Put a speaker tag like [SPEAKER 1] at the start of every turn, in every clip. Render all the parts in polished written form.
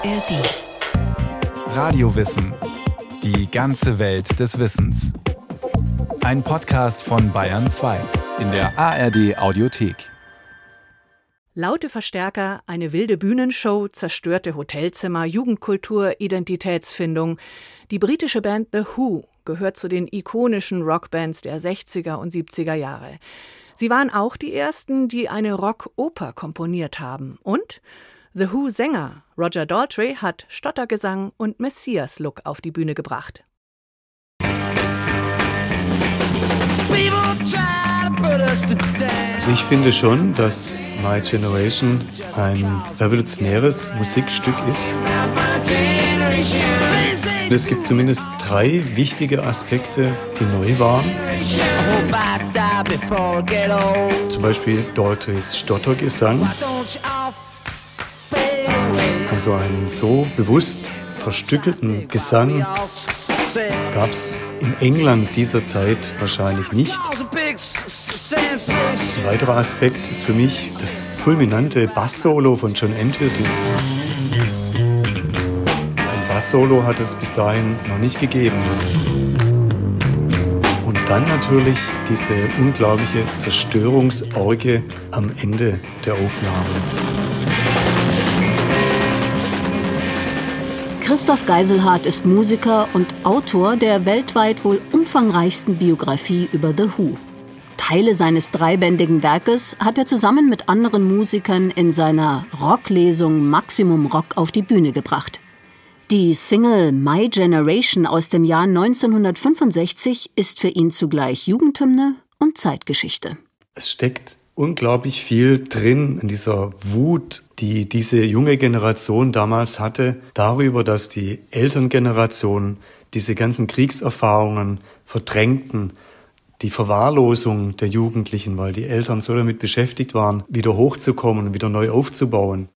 [SPEAKER 1] ARD. Radiowissen. Die ganze Welt des Wissens. Ein Podcast von Bayern 2 in der ARD Audiothek.
[SPEAKER 2] Laute Verstärker, eine wilde Bühnenshow, zerstörte Hotelzimmer, Jugendkultur, Identitätsfindung. Die britische Band The Who gehört zu den ikonischen Rockbands der 60er und 70er Jahre. Sie waren auch die ersten, die eine Rockoper komponiert haben. Und The Who-Sänger Roger Daltrey hat Stottergesang und Messias-Look auf die Bühne gebracht.
[SPEAKER 3] Also ich finde schon, dass My Generation ein revolutionäres Musikstück ist. Es gibt zumindest 3 wichtige Aspekte, die neu waren. Zum Beispiel Daltreys Stottergesang. Also einen so bewusst verstückelten Gesang gab es in England dieser Zeit wahrscheinlich nicht. Ein weiterer Aspekt ist für mich das fulminante Bass-Solo von John Entwistle. Ein Bass-Solo hat es bis dahin noch nicht gegeben. Und dann natürlich diese unglaubliche Zerstörungsorgie am Ende der Aufnahme.
[SPEAKER 4] Christoph Geiselhardt ist Musiker und Autor der weltweit wohl umfangreichsten Biografie über The Who. Teile seines 3-bändigen Werkes hat er zusammen mit anderen Musikern in seiner Rocklesung Maximum Rock auf die Bühne gebracht. Die Single My Generation aus dem Jahr 1965 ist für ihn zugleich Jugendhymne und Zeitgeschichte.
[SPEAKER 3] Es steckt unglaublich viel drin in dieser Wut, die diese junge Generation damals hatte, darüber, dass die Elterngeneration diese ganzen Kriegserfahrungen verdrängten, die Verwahrlosung der Jugendlichen, weil die Eltern so damit beschäftigt waren, wieder hochzukommen und wieder neu aufzubauen.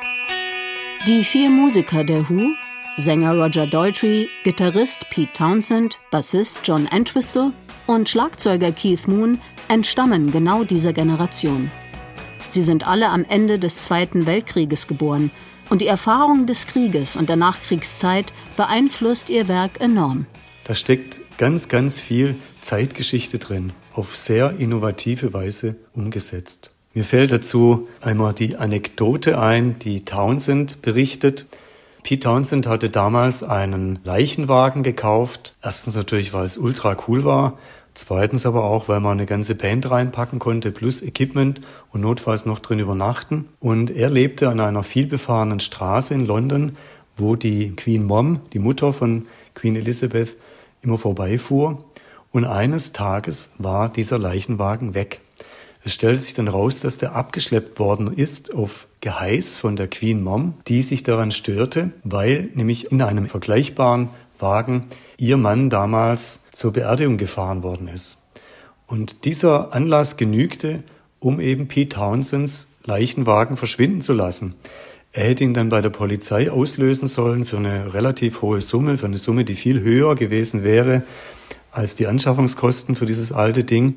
[SPEAKER 4] Die 4 Musiker der Who, Sänger Roger Daltrey, Gitarrist Pete Townshend, Bassist John Entwistle und Schlagzeuger Keith Moon entstammen genau dieser Generation. Sie sind alle am Ende des Zweiten Weltkrieges geboren und die Erfahrung des Krieges und der Nachkriegszeit beeinflusst ihr Werk enorm.
[SPEAKER 3] Da steckt ganz, ganz viel Zeitgeschichte drin, auf sehr innovative Weise umgesetzt. Mir fällt dazu einmal die Anekdote ein, die Townshend berichtet. Pete Townshend hatte damals einen Leichenwagen gekauft. Erstens natürlich, weil es ultra cool war. Zweitens aber auch, weil man eine ganze Band reinpacken konnte, plus Equipment und notfalls noch drin übernachten. Und er lebte an einer vielbefahrenen Straße in London, wo die Queen Mom, die Mutter von Queen Elizabeth, immer vorbeifuhr. Und eines Tages war dieser Leichenwagen weg. Es stellte sich dann raus, dass der abgeschleppt worden ist auf Geheiß von der Queen Mom, die sich daran störte, weil nämlich in einem vergleichbaren Wagen ihr Mann damals zur Beerdigung gefahren worden ist. Und dieser Anlass genügte, um eben Pete Townsends Leichenwagen verschwinden zu lassen. Er hätte ihn dann bei der Polizei auslösen sollen für eine relativ hohe Summe, für eine Summe, die viel höher gewesen wäre als die Anschaffungskosten für dieses alte Ding.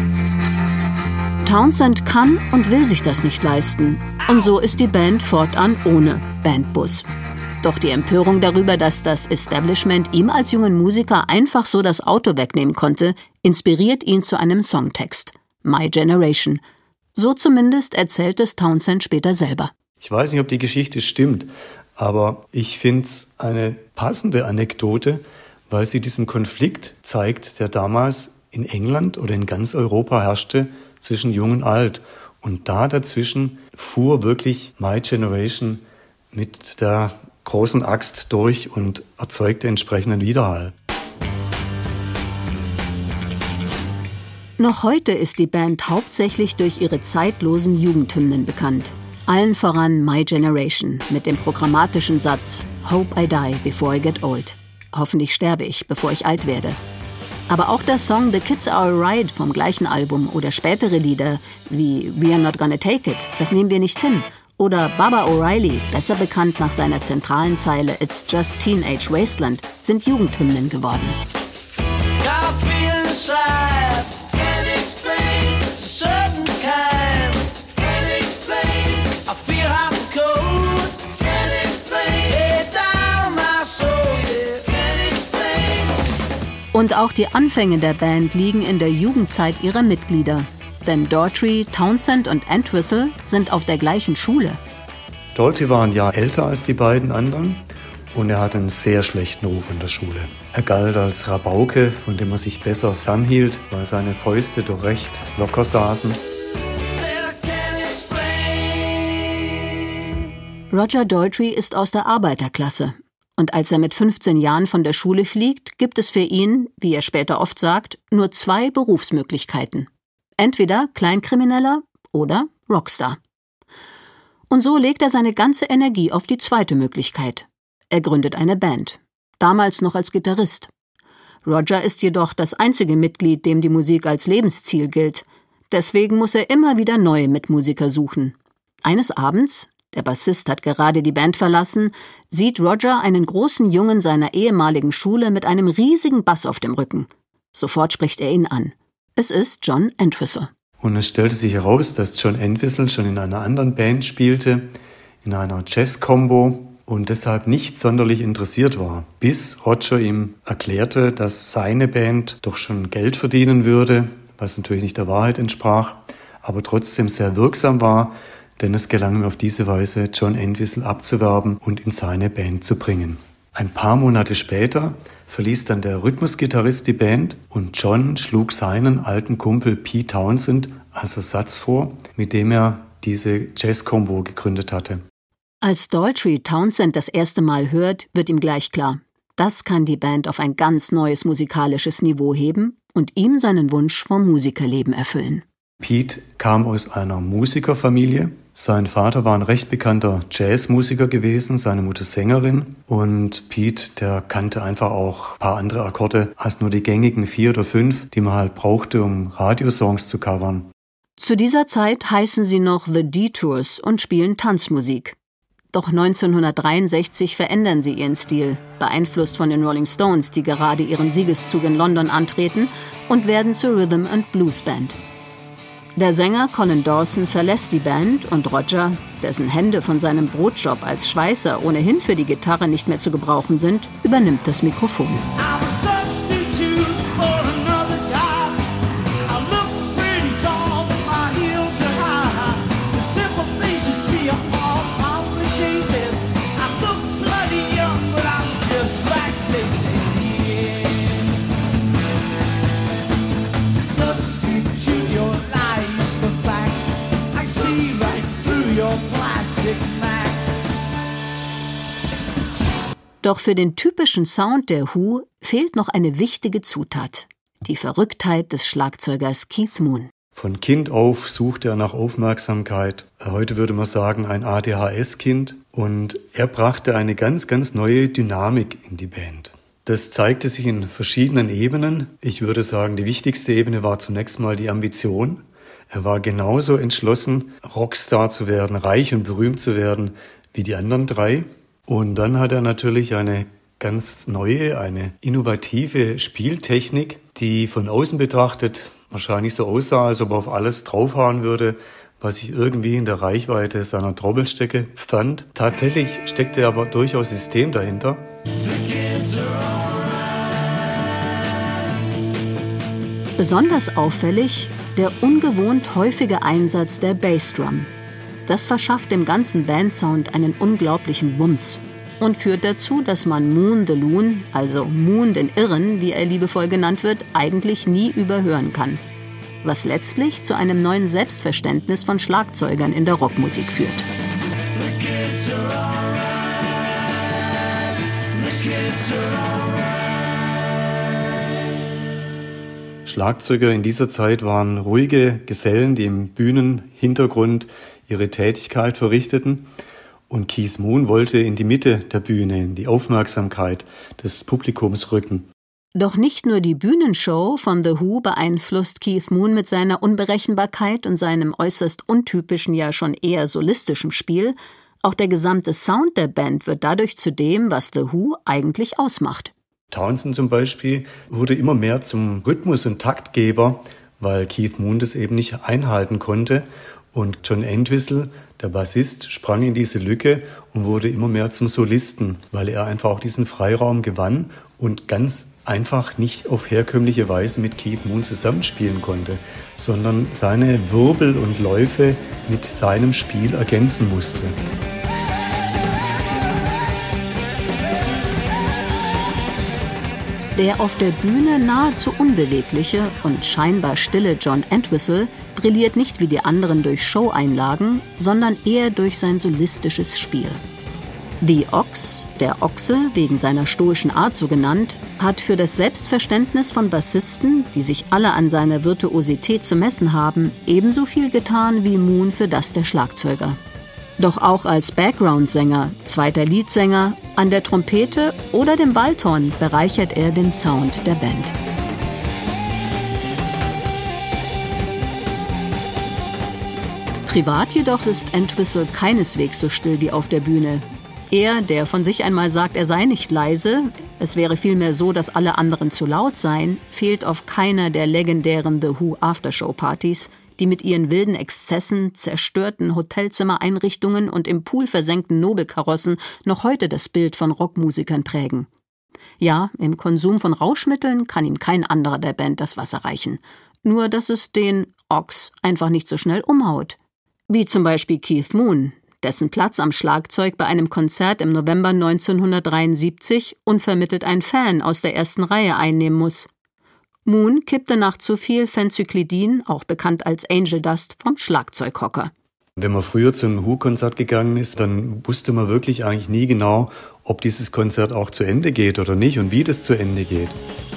[SPEAKER 4] Townshend kann und will sich das nicht leisten. Und so ist die Band fortan ohne Bandbus. Doch die Empörung darüber, dass das Establishment ihm als jungen Musiker einfach so das Auto wegnehmen konnte, inspiriert ihn zu einem Songtext. My Generation. So zumindest erzählt es Townshend später selber.
[SPEAKER 3] Ich weiß nicht, ob die Geschichte stimmt, aber ich finde es eine passende Anekdote, weil sie diesen Konflikt zeigt, der damals in England oder in ganz Europa herrschte zwischen Jung und Alt. Und da dazwischen fuhr wirklich My Generation mit der großen Axt durch und erzeugte entsprechenden Widerhall.
[SPEAKER 4] Noch heute ist die Band hauptsächlich durch ihre zeitlosen Jugendhymnen bekannt. Allen voran My Generation mit dem programmatischen Satz Hope I die before I get old. Hoffentlich sterbe ich, bevor ich alt werde. Aber auch der Song The Kids Are Alright vom gleichen Album oder spätere Lieder wie We Are Not Gonna Take It, das nehmen wir nicht hin. Oder Baba O'Reilly, besser bekannt nach seiner zentralen Zeile It's Just Teenage Wasteland, sind Jugendhymnen geworden.
[SPEAKER 5] I feel hot and cold. Can't explain.
[SPEAKER 4] Und auch die Anfänge der Band liegen in der Jugendzeit ihrer Mitglieder. Denn Daughtry, Townsend und Entwistle sind auf der gleichen Schule.
[SPEAKER 3] Daughtry war ein Jahr älter als die beiden anderen und er hatte einen sehr schlechten Ruf in der Schule. Er galt als Rabauke, von dem man sich besser fernhielt, weil seine Fäuste doch recht locker saßen.
[SPEAKER 4] Roger Daltrey ist aus der Arbeiterklasse. Und als er mit 15 Jahren von der Schule fliegt, gibt es für ihn, wie er später oft sagt, nur 2 Berufsmöglichkeiten. Entweder Kleinkrimineller oder Rockstar. Und so legt er seine ganze Energie auf die zweite Möglichkeit. Er gründet eine Band, damals noch als Gitarrist. Roger ist jedoch das einzige Mitglied, dem die Musik als Lebensziel gilt. Deswegen muss er immer wieder neue Mitmusiker suchen. Eines Abends, der Bassist hat gerade die Band verlassen, sieht Roger einen großen Jungen seiner ehemaligen Schule mit einem riesigen Bass auf dem Rücken. Sofort spricht er ihn an. Es ist John Entwistle.
[SPEAKER 3] Und es stellte sich heraus, dass John Entwistle schon in einer anderen Band spielte, in einer Jazz-Combo und deshalb nicht sonderlich interessiert war, bis Roger ihm erklärte, dass seine Band doch schon Geld verdienen würde, was natürlich nicht der Wahrheit entsprach, aber trotzdem sehr wirksam war, denn es gelang ihm auf diese Weise, John Entwistle abzuwerben und in seine Band zu bringen. Ein paar Monate später verließ dann der Rhythmusgitarrist die Band und John schlug seinen alten Kumpel Pete Townsend als Ersatz vor, mit dem er diese Jazz-Combo gegründet hatte.
[SPEAKER 4] Als Daltrey Townsend das erste Mal hört, wird ihm gleich klar, das kann die Band auf ein ganz neues musikalisches Niveau heben und ihm seinen Wunsch vom Musikerleben erfüllen.
[SPEAKER 3] Pete kam aus einer Musikerfamilie. Sein Vater war ein recht bekannter Jazzmusiker gewesen, seine Mutter Sängerin. Und Pete, der kannte einfach auch ein paar andere Akkorde als nur die gängigen 4 oder 5, die man halt brauchte, um Radiosongs zu covern.
[SPEAKER 4] Zu dieser Zeit heißen sie noch The Detours und spielen Tanzmusik. Doch 1963 verändern sie ihren Stil, beeinflusst von den Rolling Stones, die gerade ihren Siegeszug in London antreten, und werden zur Rhythm and Blues Band. Der Sänger Colin Dawson verlässt die Band und Roger, dessen Hände von seinem Brotjob als Schweißer ohnehin für die Gitarre nicht mehr zu gebrauchen sind, übernimmt das Mikrofon. Doch für den typischen Sound der Who fehlt noch eine wichtige Zutat: die Verrücktheit des Schlagzeugers Keith Moon.
[SPEAKER 3] Von Kind auf suchte er nach Aufmerksamkeit. Heute würde man sagen, ein ADHS-Kind. Und er brachte eine ganz, ganz neue Dynamik in die Band. Das zeigte sich in verschiedenen Ebenen. Ich würde sagen, die wichtigste Ebene war zunächst mal die Ambition. Er war genauso entschlossen, Rockstar zu werden, reich und berühmt zu werden wie die anderen 3. Und dann hat er natürlich eine ganz neue, eine innovative Spieltechnik, die von außen betrachtet wahrscheinlich so aussah, als ob er auf alles draufhauen würde, was sich irgendwie in der Reichweite seiner Trommelstecke befand. Tatsächlich steckte aber durchaus System dahinter.
[SPEAKER 4] Besonders auffällig der ungewohnt häufige Einsatz der Bassdrum. Das verschafft dem ganzen Bandsound einen unglaublichen Wumms und führt dazu, dass man Moon the Loon, also Moon den Irren, wie er liebevoll genannt wird, eigentlich nie überhören kann. Was letztlich zu einem neuen Selbstverständnis von Schlagzeugern in der Rockmusik führt.
[SPEAKER 3] Schlagzeuger in dieser Zeit waren ruhige Gesellen, die im Bühnenhintergrund ihre Tätigkeit verrichteten. Und Keith Moon wollte in die Mitte der Bühne, in die Aufmerksamkeit des Publikums rücken.
[SPEAKER 4] Doch nicht nur die Bühnenshow von The Who beeinflusst Keith Moon mit seiner Unberechenbarkeit und seinem äußerst untypischen, ja schon eher solistischen Spiel. Auch der gesamte Sound der Band wird dadurch zu dem, was The Who eigentlich ausmacht.
[SPEAKER 3] Townsend zum Beispiel wurde immer mehr zum Rhythmus- und Taktgeber, weil Keith Moon das eben nicht einhalten konnte. Und John Entwistle, der Bassist, sprang in diese Lücke und wurde immer mehr zum Solisten, weil er einfach auch diesen Freiraum gewann und ganz einfach nicht auf herkömmliche Weise mit Keith Moon zusammenspielen konnte, sondern seine Wirbel und Läufe mit seinem Spiel ergänzen musste.
[SPEAKER 4] Der auf der Bühne nahezu unbewegliche und scheinbar stille John Entwistle brilliert nicht wie die anderen durch Showeinlagen, sondern eher durch sein solistisches Spiel. The Ox, der Ochse, wegen seiner stoischen Art so genannt, hat für das Selbstverständnis von Bassisten, die sich alle an seiner Virtuosität zu messen haben, ebenso viel getan wie Moon für das der Schlagzeuger. Doch auch als Background-Sänger, zweiter Leadsänger, an der Trompete oder dem Waldhorn bereichert er den Sound der Band. Privat jedoch ist Entwistle keineswegs so still wie auf der Bühne. Er, der von sich einmal sagt, er sei nicht leise, es wäre vielmehr so, dass alle anderen zu laut seien, fehlt auf keiner der legendären The Who Aftershow-Partys, die mit ihren wilden Exzessen, zerstörten Hotelzimmereinrichtungen und im Pool versenkten Nobelkarossen noch heute das Bild von Rockmusikern prägen. Ja, im Konsum von Rauschmitteln kann ihm kein anderer der Band das Wasser reichen. Nur, dass es den Ochs einfach nicht so schnell umhaut. Wie zum Beispiel Keith Moon, dessen Platz am Schlagzeug bei einem Konzert im November 1973 unvermittelt ein Fan aus der ersten Reihe einnehmen muss. Moon kippte nach zu viel Phencyclidin, auch bekannt als Angel Dust, vom Schlagzeughocker.
[SPEAKER 3] Wenn man früher zu einem Who-Konzert gegangen ist, dann wusste man wirklich eigentlich nie genau, ob dieses Konzert auch zu Ende geht oder nicht und wie das zu Ende geht.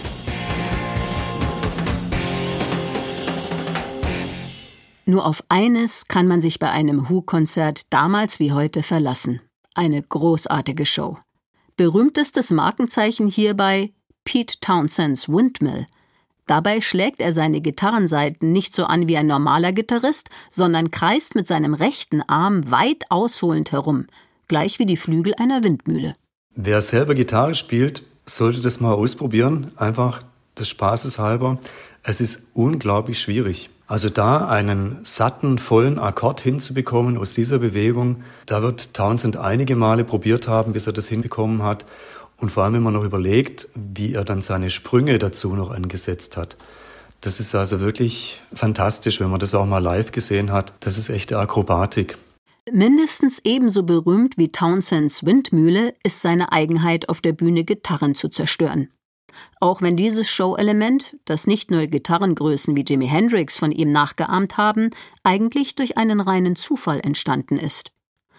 [SPEAKER 4] Nur auf eines kann man sich bei einem Who-Konzert damals wie heute verlassen: eine großartige Show. Berühmtestes Markenzeichen hierbei Pete Townsends Windmill. Dabei schlägt er seine Gitarrensaiten nicht so an wie ein normaler Gitarrist, sondern kreist mit seinem rechten Arm weit ausholend herum, gleich wie die Flügel einer Windmühle.
[SPEAKER 3] Wer selber Gitarre spielt, sollte das mal ausprobieren, einfach des Spaßes halber. Es ist unglaublich schwierig. Also da einen satten, vollen Akkord hinzubekommen aus dieser Bewegung, da wird Townsend einige Male probiert haben, bis er das hinbekommen hat. Und vor allem, wenn man noch überlegt, wie er dann seine Sprünge dazu noch angesetzt hat. Das ist also wirklich fantastisch, wenn man das auch mal live gesehen hat. Das ist echte Akrobatik.
[SPEAKER 4] Mindestens ebenso berühmt wie Townsends Windmühle ist seine Eigenheit, auf der Bühne Gitarren zu zerstören. Auch wenn dieses Show-Element, das nicht nur Gitarrengrößen wie Jimi Hendrix von ihm nachgeahmt haben, eigentlich durch einen reinen Zufall entstanden ist.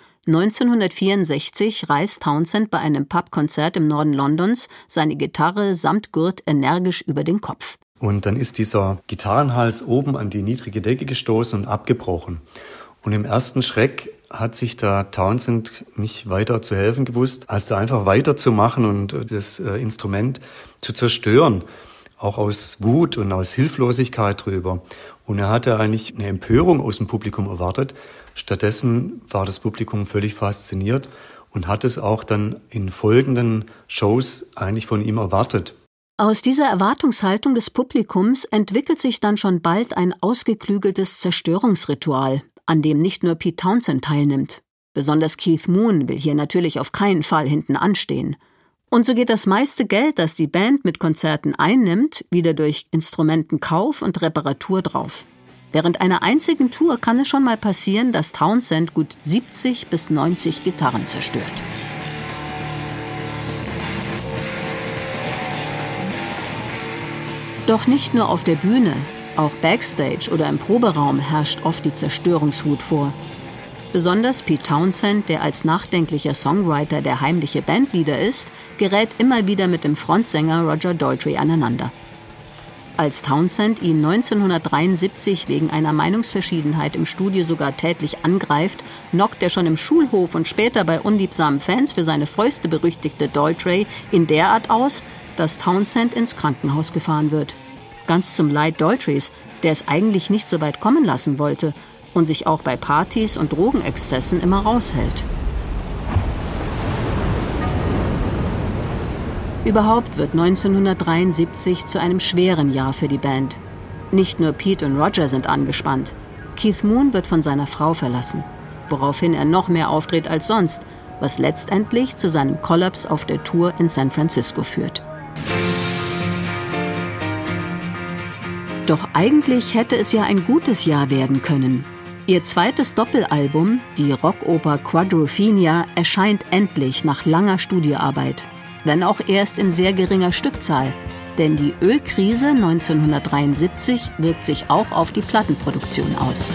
[SPEAKER 4] 1964 reißt Townsend bei einem Pubkonzert im Norden Londons seine Gitarre samt Gurt energisch über den Kopf.
[SPEAKER 3] Und dann ist dieser Gitarrenhals oben an die niedrige Decke gestoßen und abgebrochen. Und im ersten Schreck hat sich da Townsend nicht weiter zu helfen gewusst, als da einfach weiterzumachen und das Instrument zu zerstören. Auch aus Wut und aus Hilflosigkeit drüber. Und er hatte eigentlich eine Empörung aus dem Publikum erwartet. Stattdessen war das Publikum völlig fasziniert und hat es auch dann in folgenden Shows eigentlich von ihm erwartet.
[SPEAKER 4] Aus dieser Erwartungshaltung des Publikums entwickelt sich dann schon bald ein ausgeklügeltes Zerstörungsritual, an dem nicht nur Pete Townshend teilnimmt. Besonders Keith Moon will hier natürlich auf keinen Fall hinten anstehen. Und so geht das meiste Geld, das die Band mit Konzerten einnimmt, wieder durch Instrumentenkauf und Reparatur drauf. Während einer einzigen Tour kann es schon mal passieren, dass Townsend gut 70 bis 90 Gitarren zerstört. Doch nicht nur auf der Bühne, auch Backstage oder im Proberaum herrscht oft die Zerstörungswut vor. Besonders Pete Townshend, der als nachdenklicher Songwriter der heimliche Bandleader ist, gerät immer wieder mit dem Frontsänger Roger Daltrey aneinander. Als Townshend ihn 1973 wegen einer Meinungsverschiedenheit im Studio sogar tätlich angreift, knockt er schon im Schulhof und später bei unliebsamen Fans für seine Fäuste berüchtigte Daltrey in derart aus, dass Townshend ins Krankenhaus gefahren wird. Ganz zum Leid Daltreys, der es eigentlich nicht so weit kommen lassen wollte und sich auch bei Partys und Drogenexzessen immer raushält. Überhaupt wird 1973 zu einem schweren Jahr für die Band. Nicht nur Pete und Roger sind angespannt. Keith Moon wird von seiner Frau verlassen, woraufhin er noch mehr aufdreht als sonst, was letztendlich zu seinem Kollaps auf der Tour in San Francisco führt. Doch eigentlich hätte es ja ein gutes Jahr werden können. Ihr zweites Doppelalbum, die Rockoper Quadrophenia, erscheint endlich nach langer Studioarbeit. Wenn auch erst in sehr geringer Stückzahl. Denn die Ölkrise 1973 wirkt sich auch auf die Plattenproduktion aus.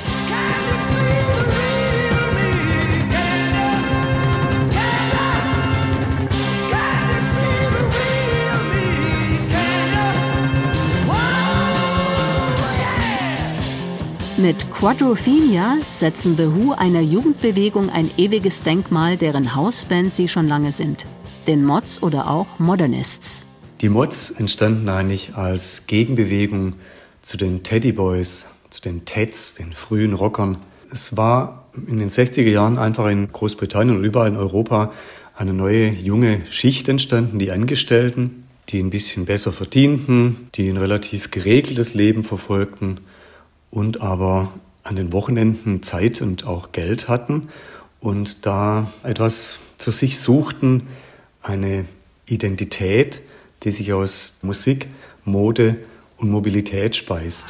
[SPEAKER 4] Mit Quadrophenia setzen The Who einer Jugendbewegung ein ewiges Denkmal, deren Hausband sie schon lange sind. Den Mods oder auch Modernists.
[SPEAKER 3] Die Mods entstanden eigentlich als Gegenbewegung zu den Teddy Boys, zu den Teds, den frühen Rockern. Es war in den 60er Jahren einfach in Großbritannien und überall in Europa eine neue, junge Schicht entstanden, die Angestellten, die ein bisschen besser verdienten, die ein relativ geregeltes Leben verfolgten und aber an den Wochenenden Zeit und auch Geld hatten und da etwas für sich suchten, eine Identität, die sich aus Musik, Mode und Mobilität speist.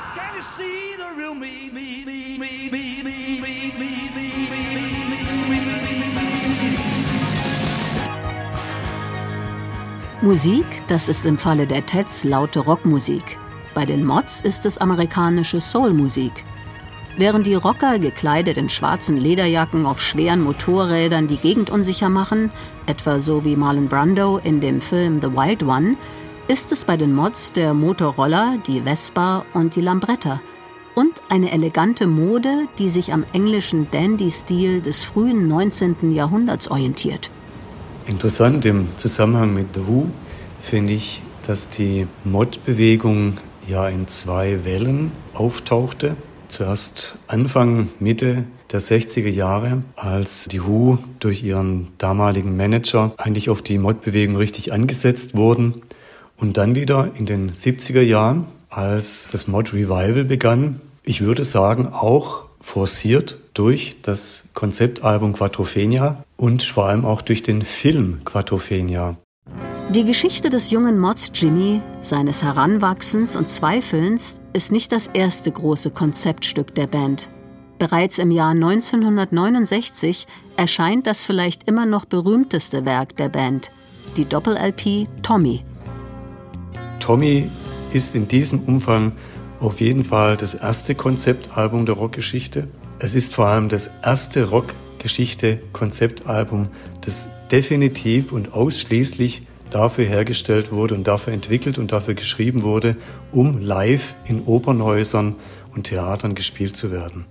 [SPEAKER 4] Musik, das ist im Falle der Teds laute Rockmusik. Bei den Mods ist es amerikanische Soulmusik. Während die Rocker gekleidet in schwarzen Lederjacken auf schweren Motorrädern die Gegend unsicher machen, etwa so wie Marlon Brando in dem Film The Wild One, ist es bei den Mods der Motorroller, die Vespa und die Lambretta. Und eine elegante Mode, die sich am englischen Dandy-Stil des frühen 19. Jahrhunderts orientiert.
[SPEAKER 3] Interessant im Zusammenhang mit The Who finde ich, dass die Mod-Bewegung ja in 2 Wellen auftauchte. Zuerst Anfang, Mitte der 60er Jahre, als die Who durch ihren damaligen Manager eigentlich auf die Mod-Bewegung richtig angesetzt wurden. Und dann wieder in den 70er Jahren, als das Mod-Revival begann. Ich würde sagen, auch forciert durch das Konzeptalbum Quadrophenia und vor allem auch durch den Film Quadrophenia.
[SPEAKER 4] Die Geschichte des jungen Mods Jimmy, seines Heranwachsens und Zweifelns, ist nicht das erste große Konzeptstück der Band. Bereits im Jahr 1969 erscheint das vielleicht immer noch berühmteste Werk der Band, die Doppel-LP Tommy.
[SPEAKER 3] Tommy ist in diesem Umfang auf jeden Fall das erste Konzeptalbum der Rockgeschichte. Es ist vor allem das erste Rockgeschichte-Konzeptalbum, das definitiv und ausschließlich dafür hergestellt wurde und dafür entwickelt und dafür geschrieben wurde, um live in Opernhäusern und Theatern gespielt zu werden.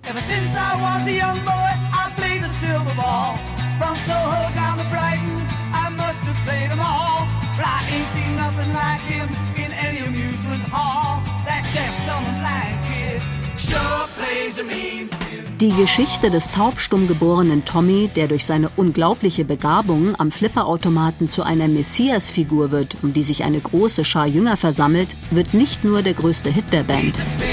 [SPEAKER 4] Die Geschichte des taubstumm geborenen Tommy, der durch seine unglaubliche Begabung am Flipperautomaten zu einer Messias-Figur wird, um die sich eine große Schar Jünger versammelt, wird nicht nur der größte Hit der Band.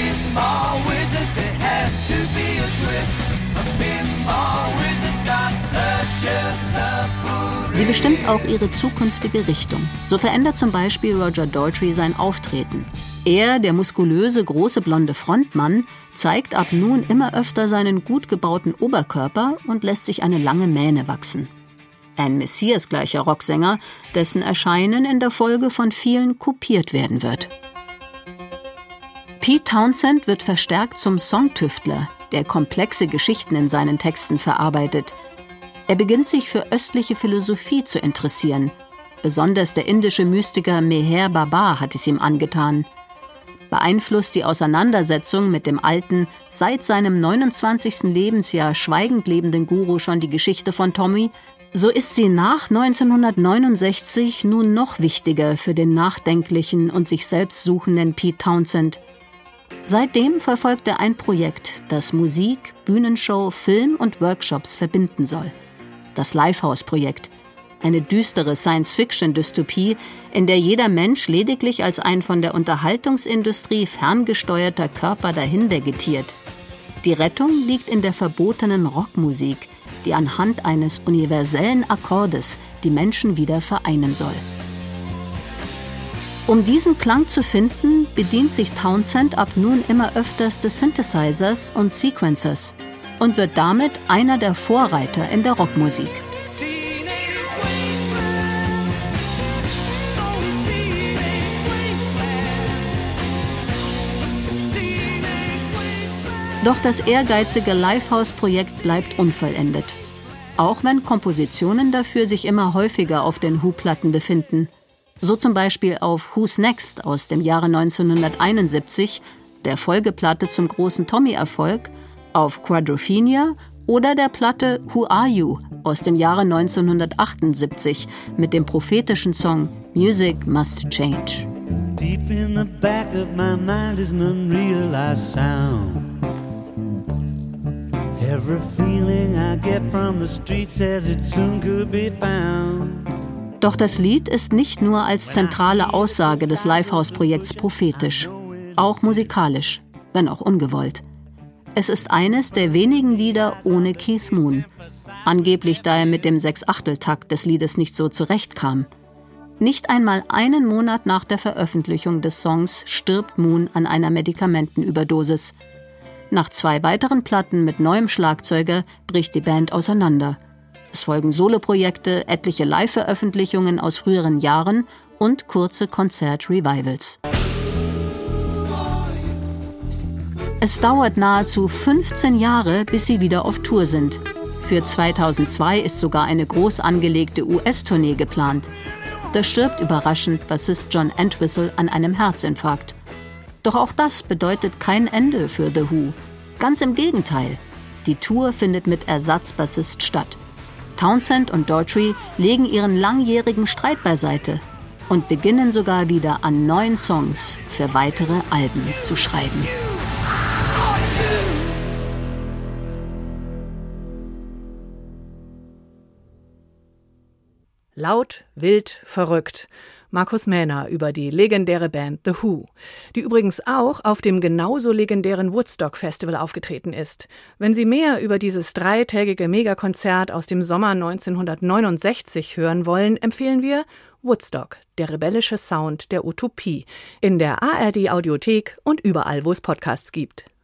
[SPEAKER 4] Sie bestimmt auch ihre zukünftige Richtung. So verändert zum Beispiel Roger Daltrey sein Auftreten. Er, der muskulöse, große, blonde Frontmann, zeigt ab nun immer öfter seinen gut gebauten Oberkörper und lässt sich eine lange Mähne wachsen. Ein Messias-gleicher Rocksänger, dessen Erscheinen in der Folge von vielen kopiert werden wird. Pete Townshend wird verstärkt zum Songtüftler, der komplexe Geschichten in seinen Texten verarbeitet. Er beginnt sich für östliche Philosophie zu interessieren. Besonders der indische Mystiker Meher Baba hat es ihm angetan. Beeinflusst die Auseinandersetzung mit dem alten, seit seinem 29. Lebensjahr schweigend lebenden Guru schon die Geschichte von Tommy, so ist sie nach 1969 nun noch wichtiger für den nachdenklichen und sich selbst suchenden Pete Townshend. Seitdem verfolgt er ein Projekt, das Musik, Bühnenshow, Film und Workshops verbinden soll. Das Lifehouse-Projekt. Eine düstere Science-Fiction-Dystopie, in der jeder Mensch lediglich als ein von der Unterhaltungsindustrie ferngesteuerter Körper dahin vegetiert. Die Rettung liegt in der verbotenen Rockmusik, die anhand eines universellen Akkordes die Menschen wieder vereinen soll. Um diesen Klang zu finden, bedient sich Townshend ab nun immer öfters des Synthesizers und Sequencers und wird damit einer der Vorreiter in der Rockmusik. Doch das ehrgeizige Lifehouse-Projekt bleibt unvollendet. Auch wenn Kompositionen dafür sich immer häufiger auf den Who-Platten befinden. So zum Beispiel auf Who's Next aus dem Jahre 1971, der Folgeplatte zum großen Tommy-Erfolg, auf Quadrophenia oder der Platte Who Are You aus dem Jahre 1978 mit dem prophetischen Song Music Must Change. Deep in the back of my mind is an unrealized sound. Every feeling I get from the street says it soon could be found. Doch das Lied ist nicht nur als zentrale Aussage des Lifehouse-Projekts prophetisch, auch musikalisch, wenn auch ungewollt. Es ist eines der wenigen Lieder ohne Keith Moon, angeblich da er mit dem 6/8-Takt des Liedes nicht so zurechtkam. Nicht einmal einen Monat nach der Veröffentlichung des Songs stirbt Moon an einer Medikamentenüberdosis. Nach 2 weiteren Platten mit neuem Schlagzeuger bricht die Band auseinander. Es folgen Soloprojekte, etliche Live-Veröffentlichungen aus früheren Jahren und kurze Konzert-Revivals. Es dauert nahezu 15 Jahre, bis sie wieder auf Tour sind. Für 2002 ist sogar eine groß angelegte US-Tournee geplant. Da stirbt überraschend Bassist John Entwistle an einem Herzinfarkt. Doch auch das bedeutet kein Ende für The Who. Ganz im Gegenteil. Die Tour findet mit Ersatzbassist statt. Townshend und Daughtry legen ihren langjährigen Streit beiseite und beginnen sogar wieder an neuen Songs für weitere Alben zu schreiben.
[SPEAKER 2] Laut, wild, verrückt. Markus Mähner über die legendäre Band The Who, die übrigens auch auf dem genauso legendären Woodstock Festival aufgetreten ist. Wenn Sie mehr über dieses 3-tägige Megakonzert aus dem Sommer 1969 hören wollen, empfehlen wir Woodstock, der rebellische Sound der Utopie, in der ARD Audiothek und überall, wo es Podcasts gibt.